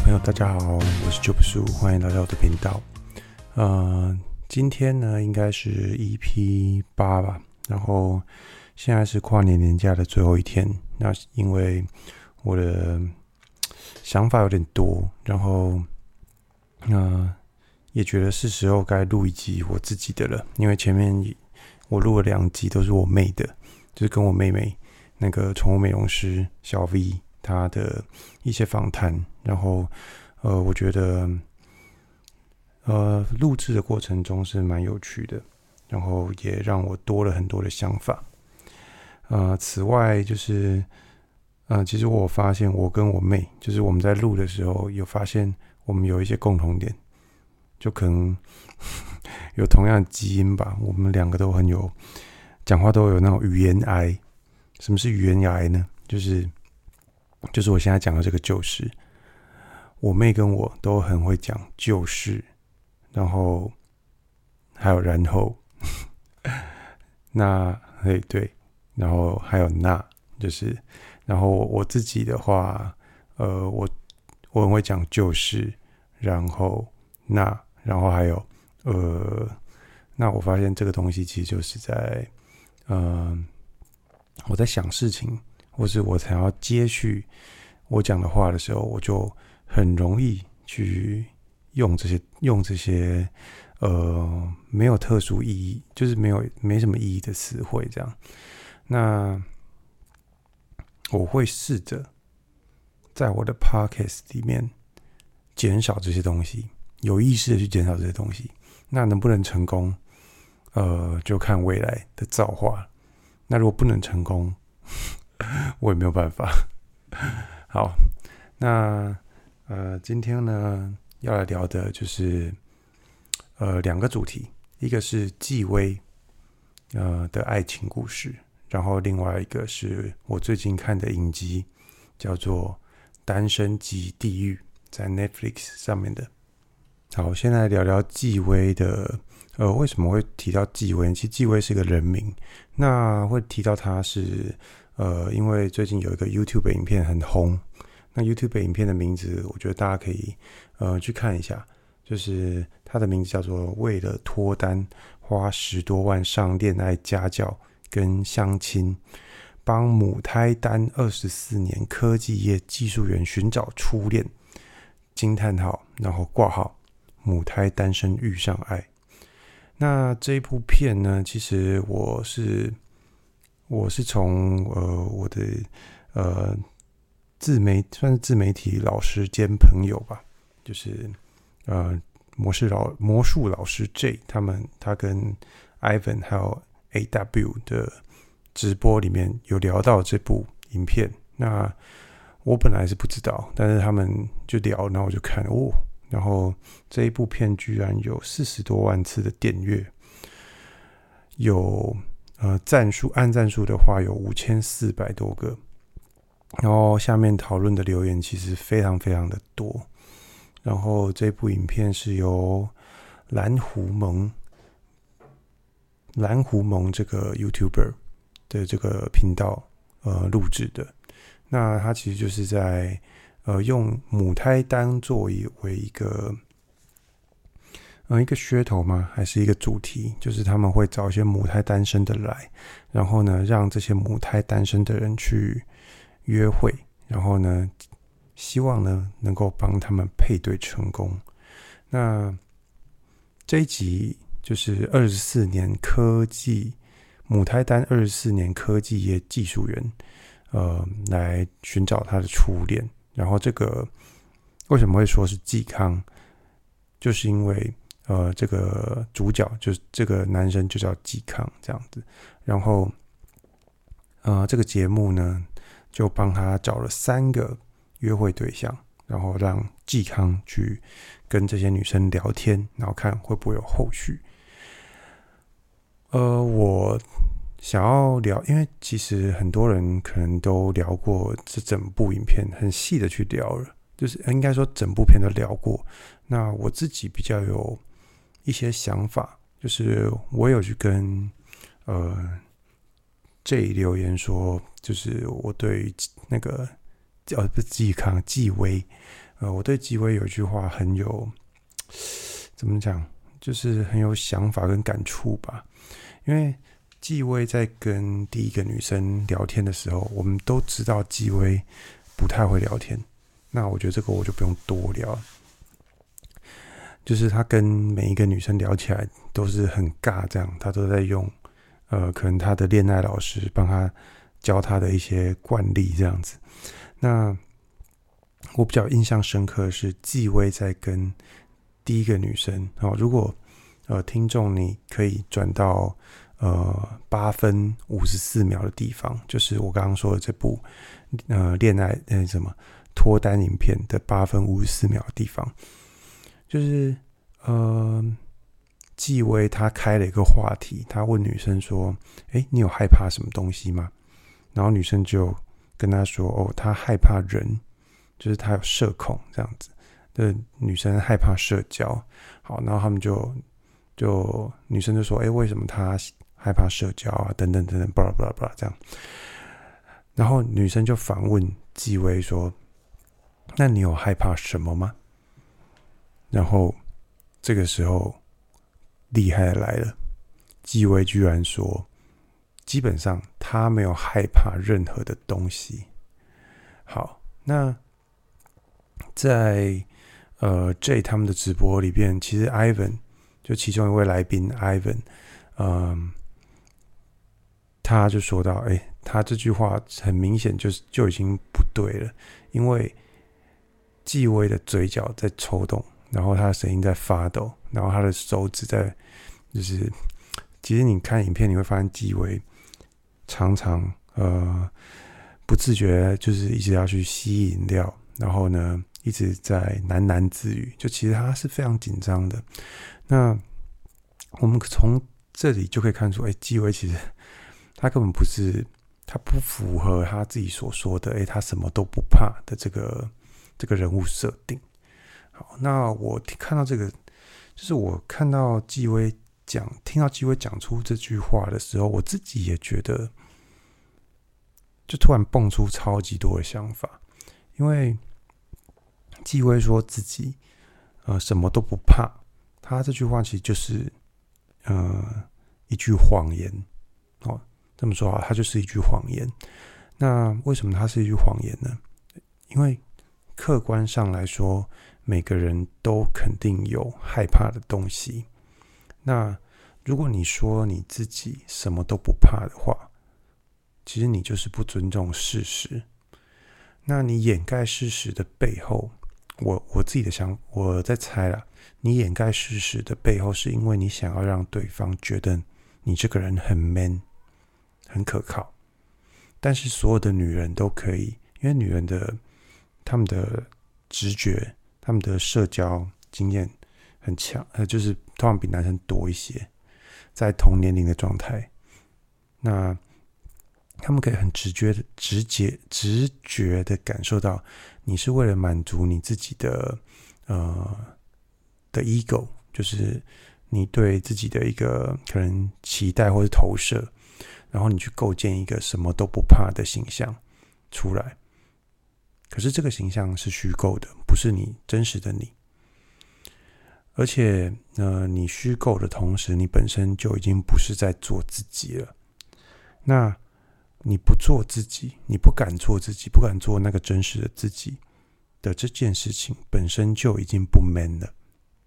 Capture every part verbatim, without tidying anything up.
朋友，大家好，我是九不叔，欢迎来到我的频道。呃，今天呢应该是 E P 八吧，然后现在是跨年年假的最后一天。那因为我的想法有点多，然后呃也觉得是时候该录一集我自己的了，因为前面我录了两集都是我妹的，就是跟我妹妹那个宠物美容师小 V 她的一些访谈，然后呃我觉得呃录制的过程中是蛮有趣的，然后也让我多了很多的想法。呃此外就是呃其实我发现我跟我妹就是我们在录的时候有发现我们有一些共同点，就可能有同样的基因吧，我们两个都很有讲话都有那种语言癌。什么是语言癌呢？就是就是我现在讲的这个就是，我妹跟我都很会讲就是，然后还有然后，那嘿对，然后还有那，就是，然后我自己的话，呃，我我很会讲就是，然后那，然后还有呃，那我发现这个东西其实就是在，呃，我在想事情，或是我想要接续我讲的话的时候，我就很容易去用这些用这些呃没有特殊意义，就是没有没什么意义的词汇这样。那我会试着在我的 podcast 里面减少这些东西，有意识的去减少这些东西。那能不能成功？呃，就看未来的造化。那如果不能成功，我也没有办法。好，那呃，今天呢要来聊的就是呃两个主题，一个是纪薇呃的爱情故事，然后另外一个是我最近看的影集，叫做《单身即地狱》，在 Netflix 上面的。好，先来聊聊纪薇的。呃，为什么会提到纪薇？其实纪薇是一个人名，那会提到他是呃，因为最近有一个 YouTube 影片很红，那 YouTube 影片的名字，我觉得大家可以呃去看一下，就是它的名字叫做“为了脱单，花十多万上恋爱家教跟相亲，帮母胎单二十四年科技业技术员寻找初恋”，惊叹号，然后挂号，母胎单身遇上爱。那这一部片呢，其实我是我是从呃我的呃自媒算是自媒体老师兼朋友吧，就是呃魔术老魔术老师 J 他们他跟 Ivan 还有 A W 的直播里面有聊到这部影片。那我本来是不知道，但是他们就聊，然后我就看哦。然后这一部片居然有四十多万次的点阅，有呃赞数按赞数的话有五千四百多个，然后下面讨论的留言其实非常非常的多。然后这部影片是由蓝狐萌蓝狐萌这个 YouTuber 的这个频道呃录制的。那他其实就是在呃，用母胎单作为一个呃一个噱头吗？还是一个主题？就是他们会找一些母胎单身的来，然后呢，让这些母胎单身的人去约会，然后呢，希望呢能够帮他们配对成功。那这一集就是二十四年科技母胎单二十四年科技业技术员，呃，来寻找他的初恋。然后这个为什么会说是纪康，就是因为呃这个主角就是这个男生就叫纪康这样子。然后呃这个节目呢就帮他找了三个约会对象，然后让纪康去跟这些女生聊天，然后看会不会有后续。呃我想要聊，因为其实很多人可能都聊过这整部影片，很细的去聊了，就是应该说整部片都聊过。那我自己比较有一些想法，就是我有去跟呃 J 留言说，就是我对于那个呃不是纪康纪薇， 呃，我对纪薇有一句话很有怎么讲，就是很有想法跟感触吧。因为纪薇在跟第一个女生聊天的时候，我们都知道纪薇不太会聊天，那我觉得这个我就不用多聊。就是他跟每一个女生聊起来都是很尬，这样他都在用呃，可能他的恋爱老师帮他教他的一些惯例这样子。那我比较印象深刻的是纪薇在跟第一个女生，哦，如果呃听众你可以转到呃八分五十四秒的地方，就是我刚刚说的这部呃恋爱呃什么脱单影片的八分五十四秒的地方，就是呃纪薇她开了一个话题，她问女生说：“哎，你有害怕什么东西吗？”然后女生就跟她说：“哦，她害怕人。”就是他有社恐这样子的女生害怕社交，好，然后他们就就女生就说：“哎、欸，为什么她害怕社交啊？等等等等，巴拉巴拉巴拉这样。”然后女生就反问纪薇说：“那你有害怕什么吗？”然后这个时候厉害的来了，纪薇居然说：“基本上她没有害怕任何的东西。”好，那在呃 J 他们的直播里边，其实 Ivan 就其中一位来宾 Ivan， 嗯，他就说到，哎、欸，他这句话很明显就是就已经不对了，因为纪薇的嘴角在抽动，然后他的声音在发抖，然后他的手指在，就是其实你看影片你会发现纪薇常常呃不自觉就是一直要去吸饮料，然后呢一直在喃喃自语，就其实他是非常紧张的。那我们从这里就可以看出，哎，纪薇其实他根本不是，他不符合他自己所说的，哎，他什么都不怕的这个这个人物设定。好，那我看到这个，就是我看到纪薇讲，听到纪薇讲出这句话的时候，我自己也觉得，就突然蹦出超级多的想法，因为纪薇说自己呃什么都不怕，他这句话其实就是呃一句谎言哦。这么说好，它就是一句谎言。那为什么它是一句谎言呢？因为客观上来说，每个人都肯定有害怕的东西。那如果你说你自己什么都不怕的话，其实你就是不尊重事实。那你掩盖事实的背后，我我自己的想，我在猜啦，你掩盖事实的背后，是因为你想要让对方觉得你这个人很 man， 很可靠。但是所有的女人都可以，因为女人的她们的直觉，她们的社交经验很强，呃，就是通常比男生多一些，在同年龄的状态，那他们可以很直觉的、直接、直觉的感受到，你是为了满足你自己的呃的 ego， 就是你对自己的一个可能期待或是投射，然后你去构建一个什么都不怕的形象出来。可是这个形象是虚构的，不是你真实的你。而且，呃，你虚构的同时，你本身就已经不是在做自己了。那你不做自己，你不敢做自己，不敢做那个真实的自己的这件事情，本身就已经不 man 了。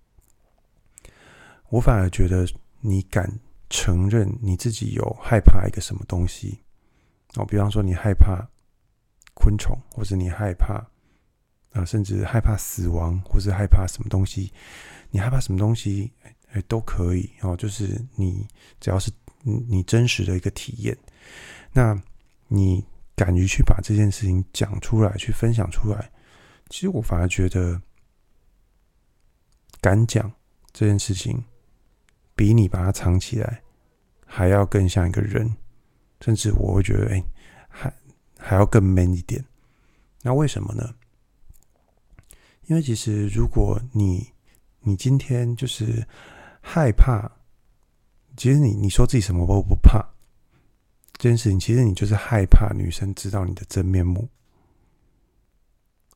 我反而觉得，你敢承认你自己有害怕一个什么东西，哦，比方说你害怕昆虫，或者你害怕，呃，甚至害怕死亡，或是害怕什么东西，你害怕什么东西，欸、都可以哦。就是你只要是你真实的一个体验，那你敢于去把这件事情讲出来，去分享出来，其实我反而觉得，敢讲这件事情，比你把它藏起来还要更像一个人，甚至我会觉得，哎、欸，还还要更 man 一点。那为什么呢？因为其实如果你你今天就是害怕，其实你你说自己什么都不怕这件事情，其实你就是害怕女生知道你的真面目，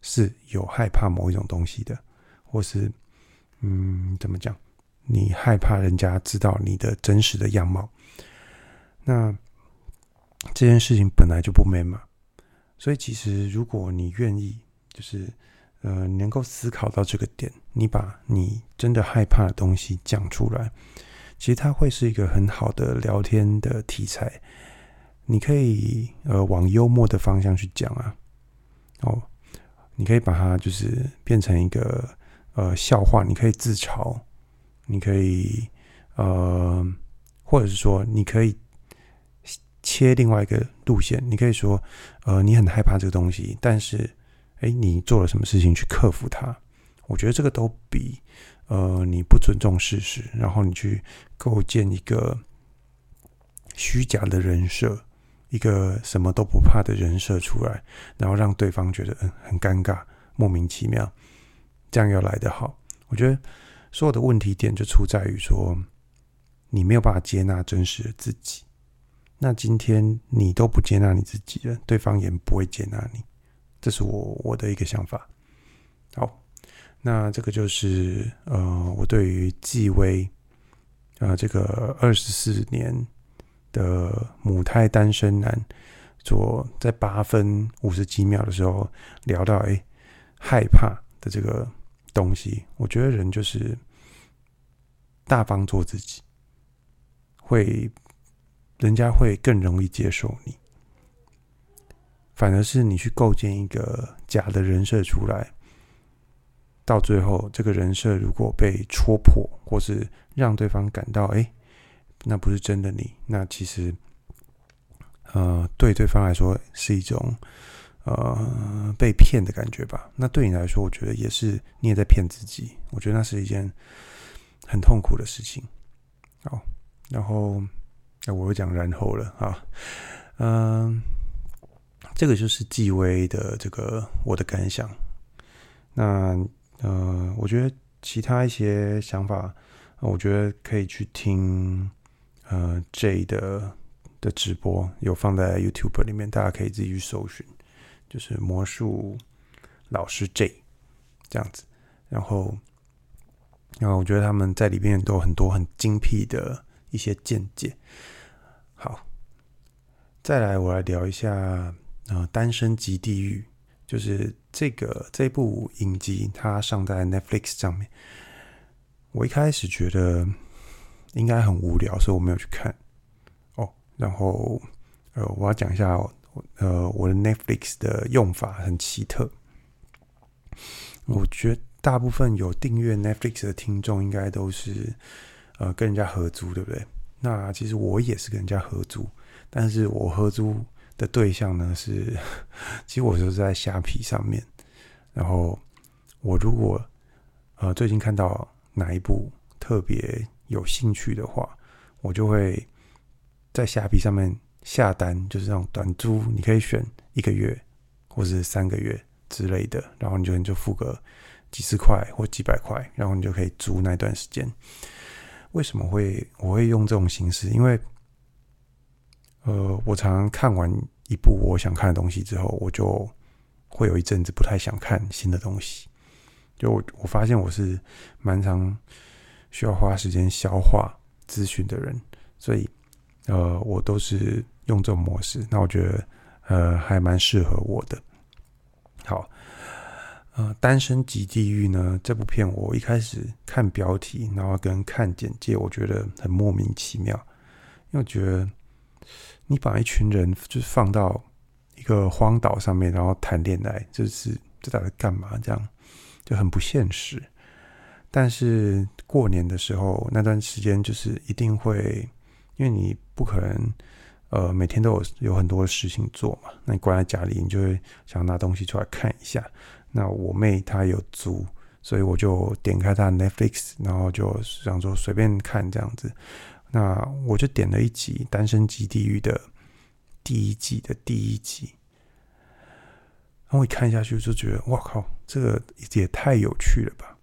是有害怕某一种东西的，或是嗯怎么讲，你害怕人家知道你的真实的样貌，那这件事情本来就不美嘛。所以其实如果你愿意，就是呃能够思考到这个点，你把你真的害怕的东西讲出来，其实它会是一个很好的聊天的题材。你可以呃往幽默的方向去讲啊，哦，你可以把它就是变成一个呃笑话，你可以自嘲，你可以呃，或者是说你可以切另外一个路线，你可以说呃你很害怕这个东西，但是哎你做了什么事情去克服它？我觉得这个都比呃你不尊重事实，然后你去构建一个虚假的人设，一个什么都不怕的人设出来，然后让对方觉得嗯很尴尬、莫名其妙，这样要来得好。我觉得所有的问题点就出在于说，你没有办法接纳真实的自己。那今天你都不接纳你自己了，对方也不会接纳你。这是我我的一个想法。好，那这个就是呃我对于纪薇呃这个二十四年的母胎单身男，做在八分五十几秒的时候聊到哎害怕的这个东西。我觉得人就是大方做自己，会人家会更容易接受你，反而是你去构建一个假的人设出来，到最后这个人设如果被戳破，或是让对方感到哎那不是真的你，那其实呃对对方来说是一种呃被骗的感觉吧。那对你来说，我觉得也是你也在骗自己，我觉得那是一件很痛苦的事情。好，然后我又讲然后了啊，嗯、呃，这个就是纪薇的这个我的感想。那呃，我觉得其他一些想法，我觉得可以去听呃 J 的的直播，有放在 YouTube 里面，大家可以自己去搜寻，就是魔术老师 J 这样子。然后，然后我觉得他们在里面都有很多很精辟的一些见解。好，再来我来聊一下呃单身即地狱，就是这个这部影集它上在 Netflix 上面。我一开始觉得应该很无聊，所以我没有去看哦。然后呃我要讲一下呃我的 Netflix 的用法很奇特。我觉得大部分有订阅 Netflix 的听众应该都是呃跟人家合租，对不对？那其实我也是跟人家合租，但是我合租的对象呢是，其实我就是在虾皮上面。然后我如果呃最近看到哪一部特别有兴趣的话，我就会在虾皮上面下单，就是那种短租，你可以选一个月或是三个月之类的，然后你就你就付个几十块或几百块，然后你就可以租那段时间。为什么会我会用这种形式？因为呃，我常常看完一部我想看的东西之后，我就会有一阵子不太想看新的东西。就 我, 我发现我是蛮常需要花时间消化资讯的人，所以呃，我都是用这种模式。那我觉得呃还蛮适合我的。好。呃，单身即地狱呢？这部片我一开始看标题，然后跟看简介，我觉得很莫名其妙，因为我觉得你把一群人就是放到一个荒岛上面，然后谈恋爱，这是这到底干嘛？这样就很不现实。但是过年的时候那段时间，就是一定会，因为你不可能呃每天都有有很多事情做嘛，那你关在家里，你就会想拿东西出来看一下。那我妹她有租，所以我就点开她的 Netflix， 然后就想说随便看这样子。那我就点了一集《单身即地狱》的第一季的第一集，然后我一看下去就觉得，哇靠，这个也太有趣了吧！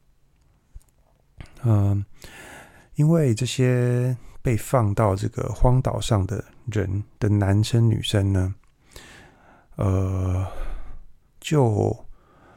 嗯，因为这些被放到这个荒岛上的人的男生女生呢，呃，就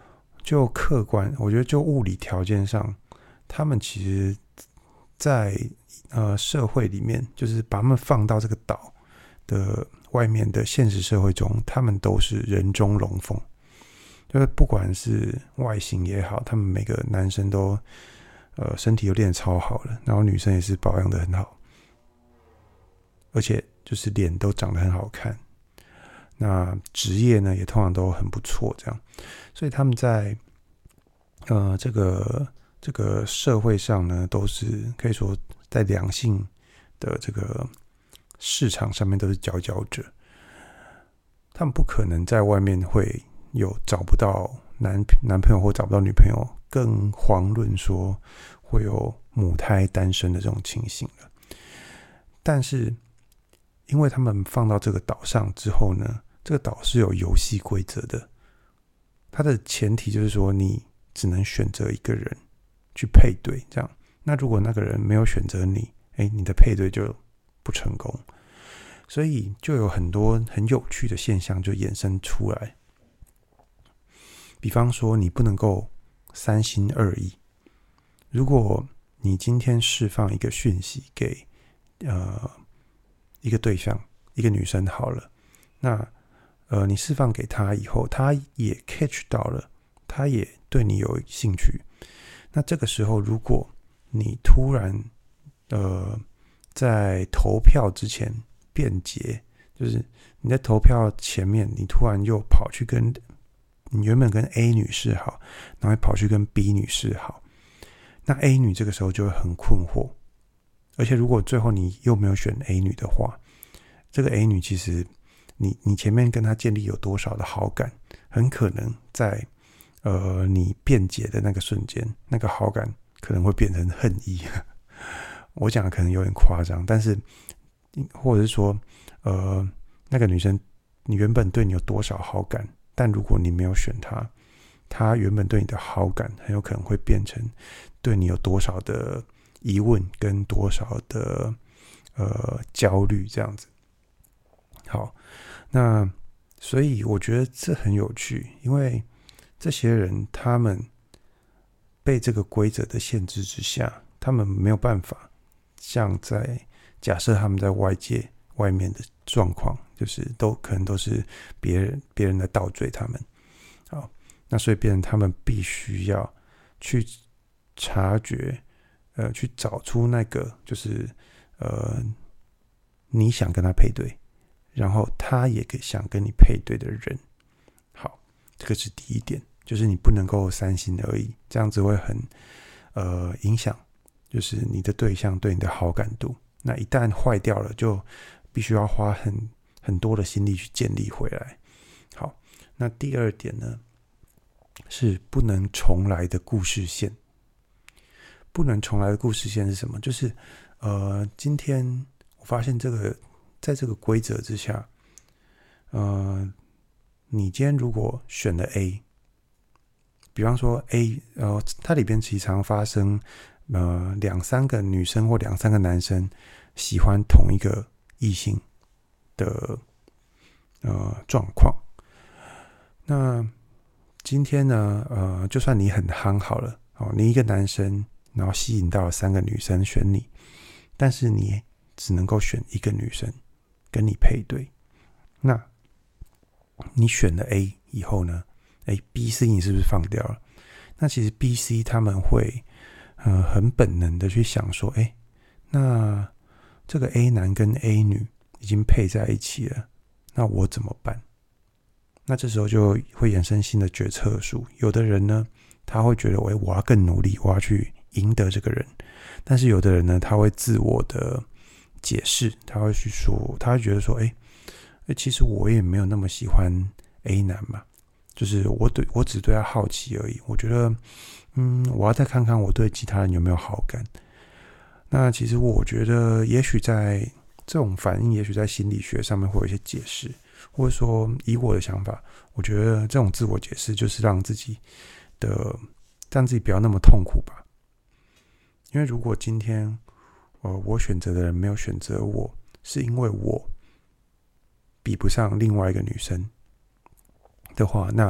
就客观，我觉得就物理条件上，他们其实在呃社会里面，就是把他们放到这个岛的外面的现实社会中，他们都是人中龙凤。就是不管是外形也好，他们每个男生都呃身体都练得超好了，然后女生也是保养得很好，而且就是脸都长得很好看。那职业呢也通常都很不错，这样，所以他们在呃这个这个社会上呢，都是可以说在两性的这个市场上面都是佼佼者。他们不可能在外面会有找不到男男朋友或找不到女朋友，更遑论说会有母胎单身的这种情形了。但是因为他们放到这个岛上之后呢，这个岛是有游戏规则的。它的前提就是说，你只能选择一个人去配对，这样。那如果那个人没有选择你，哎，你的配对就不成功。所以就有很多很有趣的现象就衍生出来。比方说，你不能够三心二意。如果你今天释放一个讯息给呃一个对象，一个女生好了，那呃你释放给她以后，她也 catch 到了，她也对你有兴趣。那这个时候，如果你突然呃在投票之前辩解，就是你在投票前面，你突然又跑去跟你原本跟 A 女示好，然后跑去跟 B 女示好，那 A 女这个时候就会很困惑。而且如果最后你又没有选 A 女的话，这个 A 女其实你你前面跟她建立有多少的好感，很可能在呃你辩解的那个瞬间，那个好感可能会变成恨意。我讲的可能有点夸张，但是或者是说呃那个女生你原本对你有多少好感，但如果你没有选她，她原本对你的好感很有可能会变成对你有多少的疑问跟多少的呃焦虑这样子。好，那所以我觉得这很有趣，因为这些人他们被这个规则的限制之下，他们没有办法像在假设他们在外界外面的状况，就是都可能都是别人别人来倒追他们。好，那所以变成他们必须要去察觉，呃，去找出那个就是呃你想跟他配对，然后他也想跟你配对的人。好，这个是第一点，就是你不能够三心二意，这样子会很呃影响，就是你的对象对你的好感度。那一旦坏掉了，就必须要花很很多的心力去建立回来。好，那第二点呢，是不能重来的故事线。不能重来的故事线是什么？就是呃，今天我发现这个在这个规则之下，呃，你今天如果选了 A， 比方说 A， 呃，它里边其实常发生呃两三个女生或两三个男生喜欢同一个异性的呃状况。那今天呢，呃，就算你很夯好了，哦，你一个男生，然后吸引到了三个女生选你，但是你只能够选一个女生跟你配对。那你选了 A 以后呢，哎 ，B、C 你是不是放掉了？那其实 B、C 他们会呃很本能的去想说，哎，那这个 A 男跟 A 女已经配在一起了，那我怎么办？那这时候就会衍生新的决策术。有的人呢，他会觉得，哎，我要更努力，我要去赢得这个人。但是有的人呢，他会自我的解释，他会去说，他会觉得说，哎，其实我也没有那么喜欢 A 男嘛，就是我对我只对他好奇而已。我觉得，嗯，我要再看看我对其他人有没有好感。那其实我觉得，也许在这种反应，也许在心理学上面会有一些解释。或者说以我的想法，我觉得这种自我解释就是让自己的让自己不要那么痛苦吧。因为如果今天呃我选择的人没有选择我，是因为我比不上另外一个女生的话，那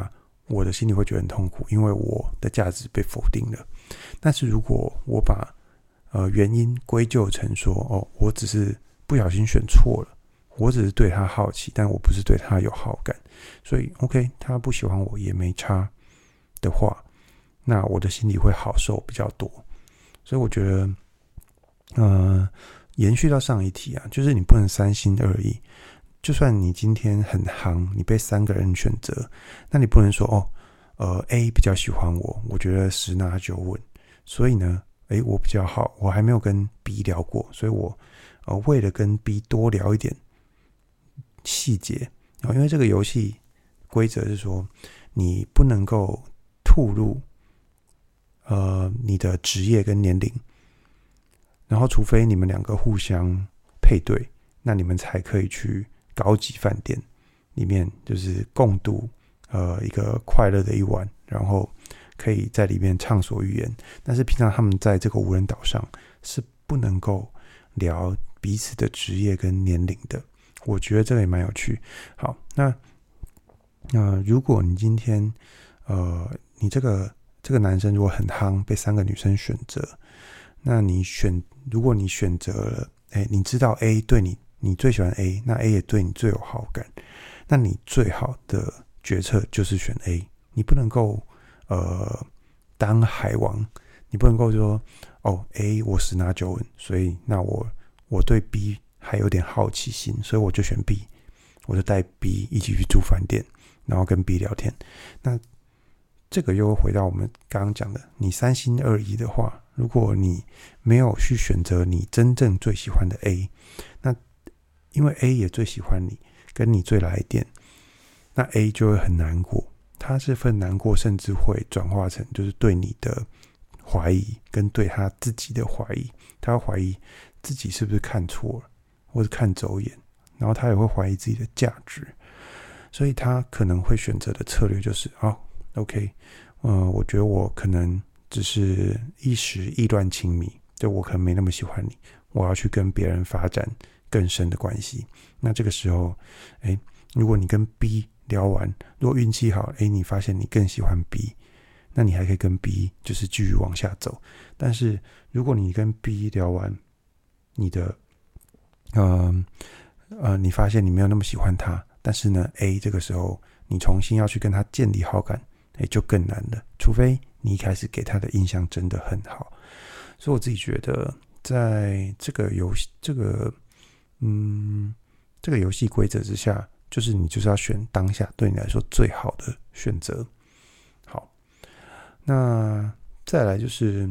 我的心里会觉得很痛苦，因为我的价值被否定了。但是如果我把呃原因归咎成说，哦，我只是不小心选错了，我只是对他好奇，但我不是对他有好感，所以 OK， 他不喜欢我也没差的话，那我的心里会好受比较多。所以我觉得，呃，延续到上一题啊，就是你不能三心二意。就算你今天很夯，你被三个人选择，那你不能说哦，呃 A 比较喜欢我，我觉得十拿九稳，所以呢，诶，我比较好，我还没有跟 B 聊过，所以我呃为了跟 B 多聊一点细节，因为这个游戏规则是说，你不能够吐露呃你的职业跟年龄，然后除非你们两个互相配对，那你们才可以去高级饭店里面就是共度呃一个快乐的一晚，然后可以在里面畅所欲言。但是平常他们在这个无人岛上是不能够聊彼此的职业跟年龄的。我觉得这个也蛮有趣。好，那呃如果你今天呃你这个这个男生如果很夯，被三个女生选择，那你选如果你选择了，哎，你知道 A 对你你最喜欢 A， 那 A 也对你最有好感，那你最好的决策就是选 A。你不能够呃当海王，你不能够说哦 A 我十拿九稳，所以那我我对 B 还有点好奇心，所以我就选 B， 我就带 B 一起去住饭店，然后跟 B 聊天。那这个又回到我们刚刚讲的，你三心二意的话，如果你没有去选择你真正最喜欢的 A， 那因为 A 也最喜欢你，跟你最来电，那 A 就会很难过，他这份难过甚至会转化成就是对你的怀疑，跟对他自己的怀疑，他会怀疑自己是不是看错了，或者看走眼，然后他也会怀疑自己的价值，所以他可能会选择的策略就是哦 OK， 呃，我觉得我可能只是一时意乱情迷，就我可能没那么喜欢你，我要去跟别人发展更深的关系。那这个时候，哎，如果你跟 B 聊完，如果运气好，哎，你发现你更喜欢 B， 那你还可以跟 B 就是继续往下走。但是如果你跟 B 聊完，你的呃呃，你发现你没有那么喜欢他，但是呢 A 这个时候你重新要去跟他建立好感，哎，就更难了。除非你一开始给他的印象真的很好。所以我自己觉得，在这个游戏这个嗯这个游戏规则之下，就是你就是要选当下对你来说最好的选择。好，那再来就是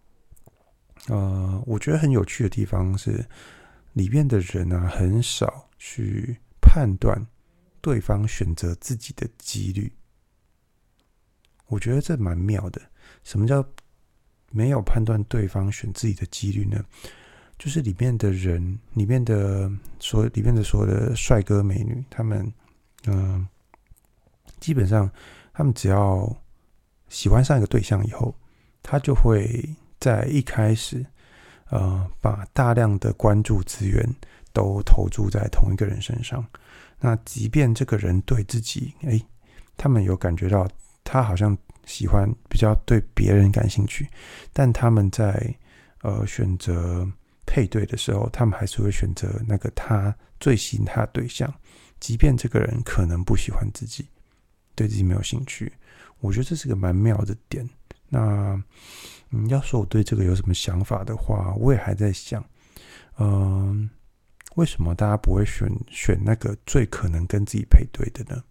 呃，我觉得很有趣的地方是，里面的人啊，很少去判断对方选择自己的几率。我觉得这蛮妙的。什么叫没有判断对方选自己的几率呢？就是里面的人，里面的所里面的所有的帅哥美女，他们，嗯、呃，基本上他们只要喜欢上一个对象以后，他就会在一开始，呃，把大量的关注资源都投注在同一个人身上。那即便这个人对自己，哎，他们有感觉到他好像喜欢比较对别人感兴趣，但他们在呃选择配对的时候，他们还是会选择那个他最吸引他的对象，即便这个人可能不喜欢自己，对自己没有兴趣。我觉得这是个蛮妙的点。那嗯，要说我对这个有什么想法的话，我也还在想，嗯、呃，为什么大家不会选选那个最可能跟自己配对的呢？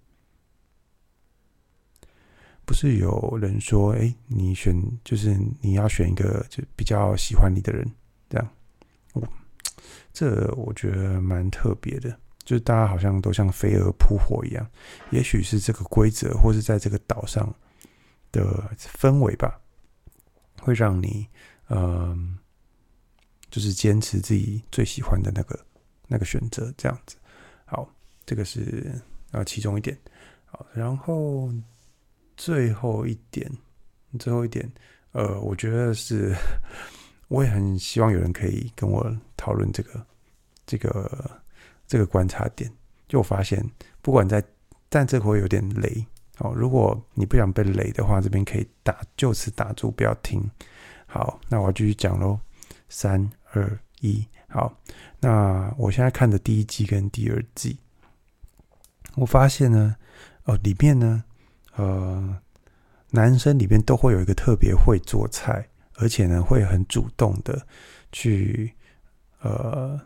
不是有人说，哎，你选就是你要选一个就比较喜欢你的人，这样，我这我觉得蛮特别的，就是大家好像都像飞蛾扑火一样，也许是这个规则，或是在这个岛上的氛围吧，会让你，嗯，就是坚持自己最喜欢的那个那个选择，这样子。好，这个是呃其中一点。好，然后最后一点，最后一点，呃，我觉得是，我也很希望有人可以跟我讨论这个这个这个观察点。就我发现，不管在，但这会有点雷好，如果你不想被雷的话，这边可以打就此打住，不要听。好，那我要继续讲咯。三二一，好，那我现在看的第一季跟第二季，我发现呢，哦，里面呢，呃，男生里面都会有一个特别会做菜，而且呢，会很主动的去呃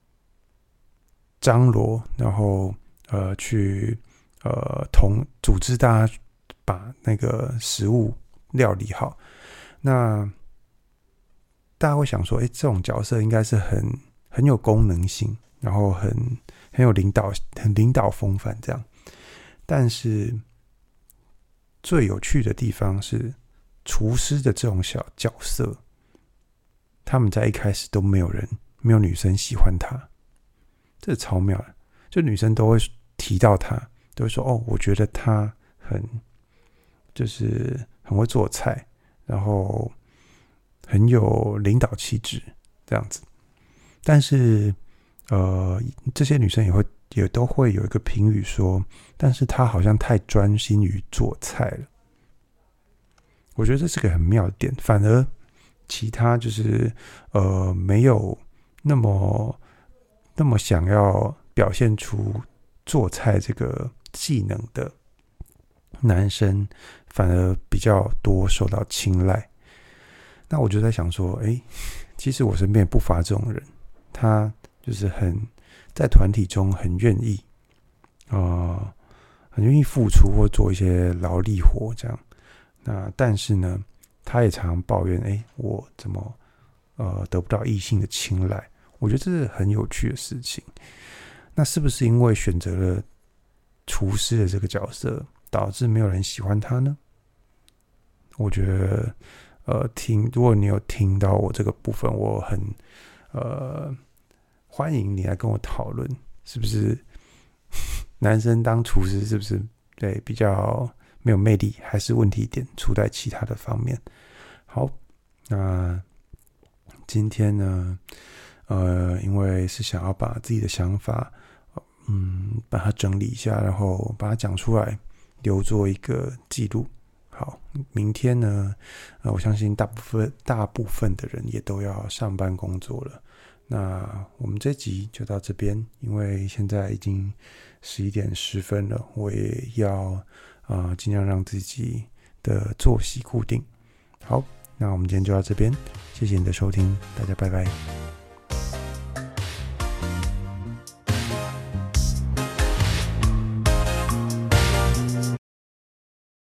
张罗，然后呃去呃同组织大家把那个食物料理好。那大家会想说，哎，这种角色应该是很很有功能性，然后很很有领导很领导风范这样。但是最有趣的地方是，厨师的这种小角色，他们在一开始都没有人没有女生喜欢他，这超妙的。就女生都会提到他，都会说哦，我觉得他很就是很会做菜，然后很有领导气质这样子。但是呃，这些女生也会也都会有一个评语说，但是他好像太专心于做菜了。我觉得这是个很妙的点，反而其他就是呃没有那么那么想要表现出做菜这个技能的男生，反而比较多受到青睐。那我就在想说，哎，其实我身边也不乏这种人，他就是很在团体中很愿意，呃，很愿意付出或做一些劳力活这样。那但是呢，他也常常抱怨，哎，我怎么呃得不到异性的青睐？我觉得这是很有趣的事情。那是不是因为选择了厨师的这个角色，导致没有人喜欢他呢？我觉得，呃，听如果你有听到我这个部分，我很呃欢迎你来跟我讨论，是不是男生当厨师是不是对比较没有魅力，还是问题点出在其他的方面？好，那今天呢，呃，因为是想要把自己的想法，嗯，把它整理一下，然后把它讲出来，留作一个记录。好，明天呢，呃，我相信大部分大部分的人也都要上班工作了。那我们这集就到这边，因为现在已经十一点十分了，我也要啊、呃、尽量让自己的作息固定。好，那我们今天就到这边，谢谢你的收听，大家拜拜。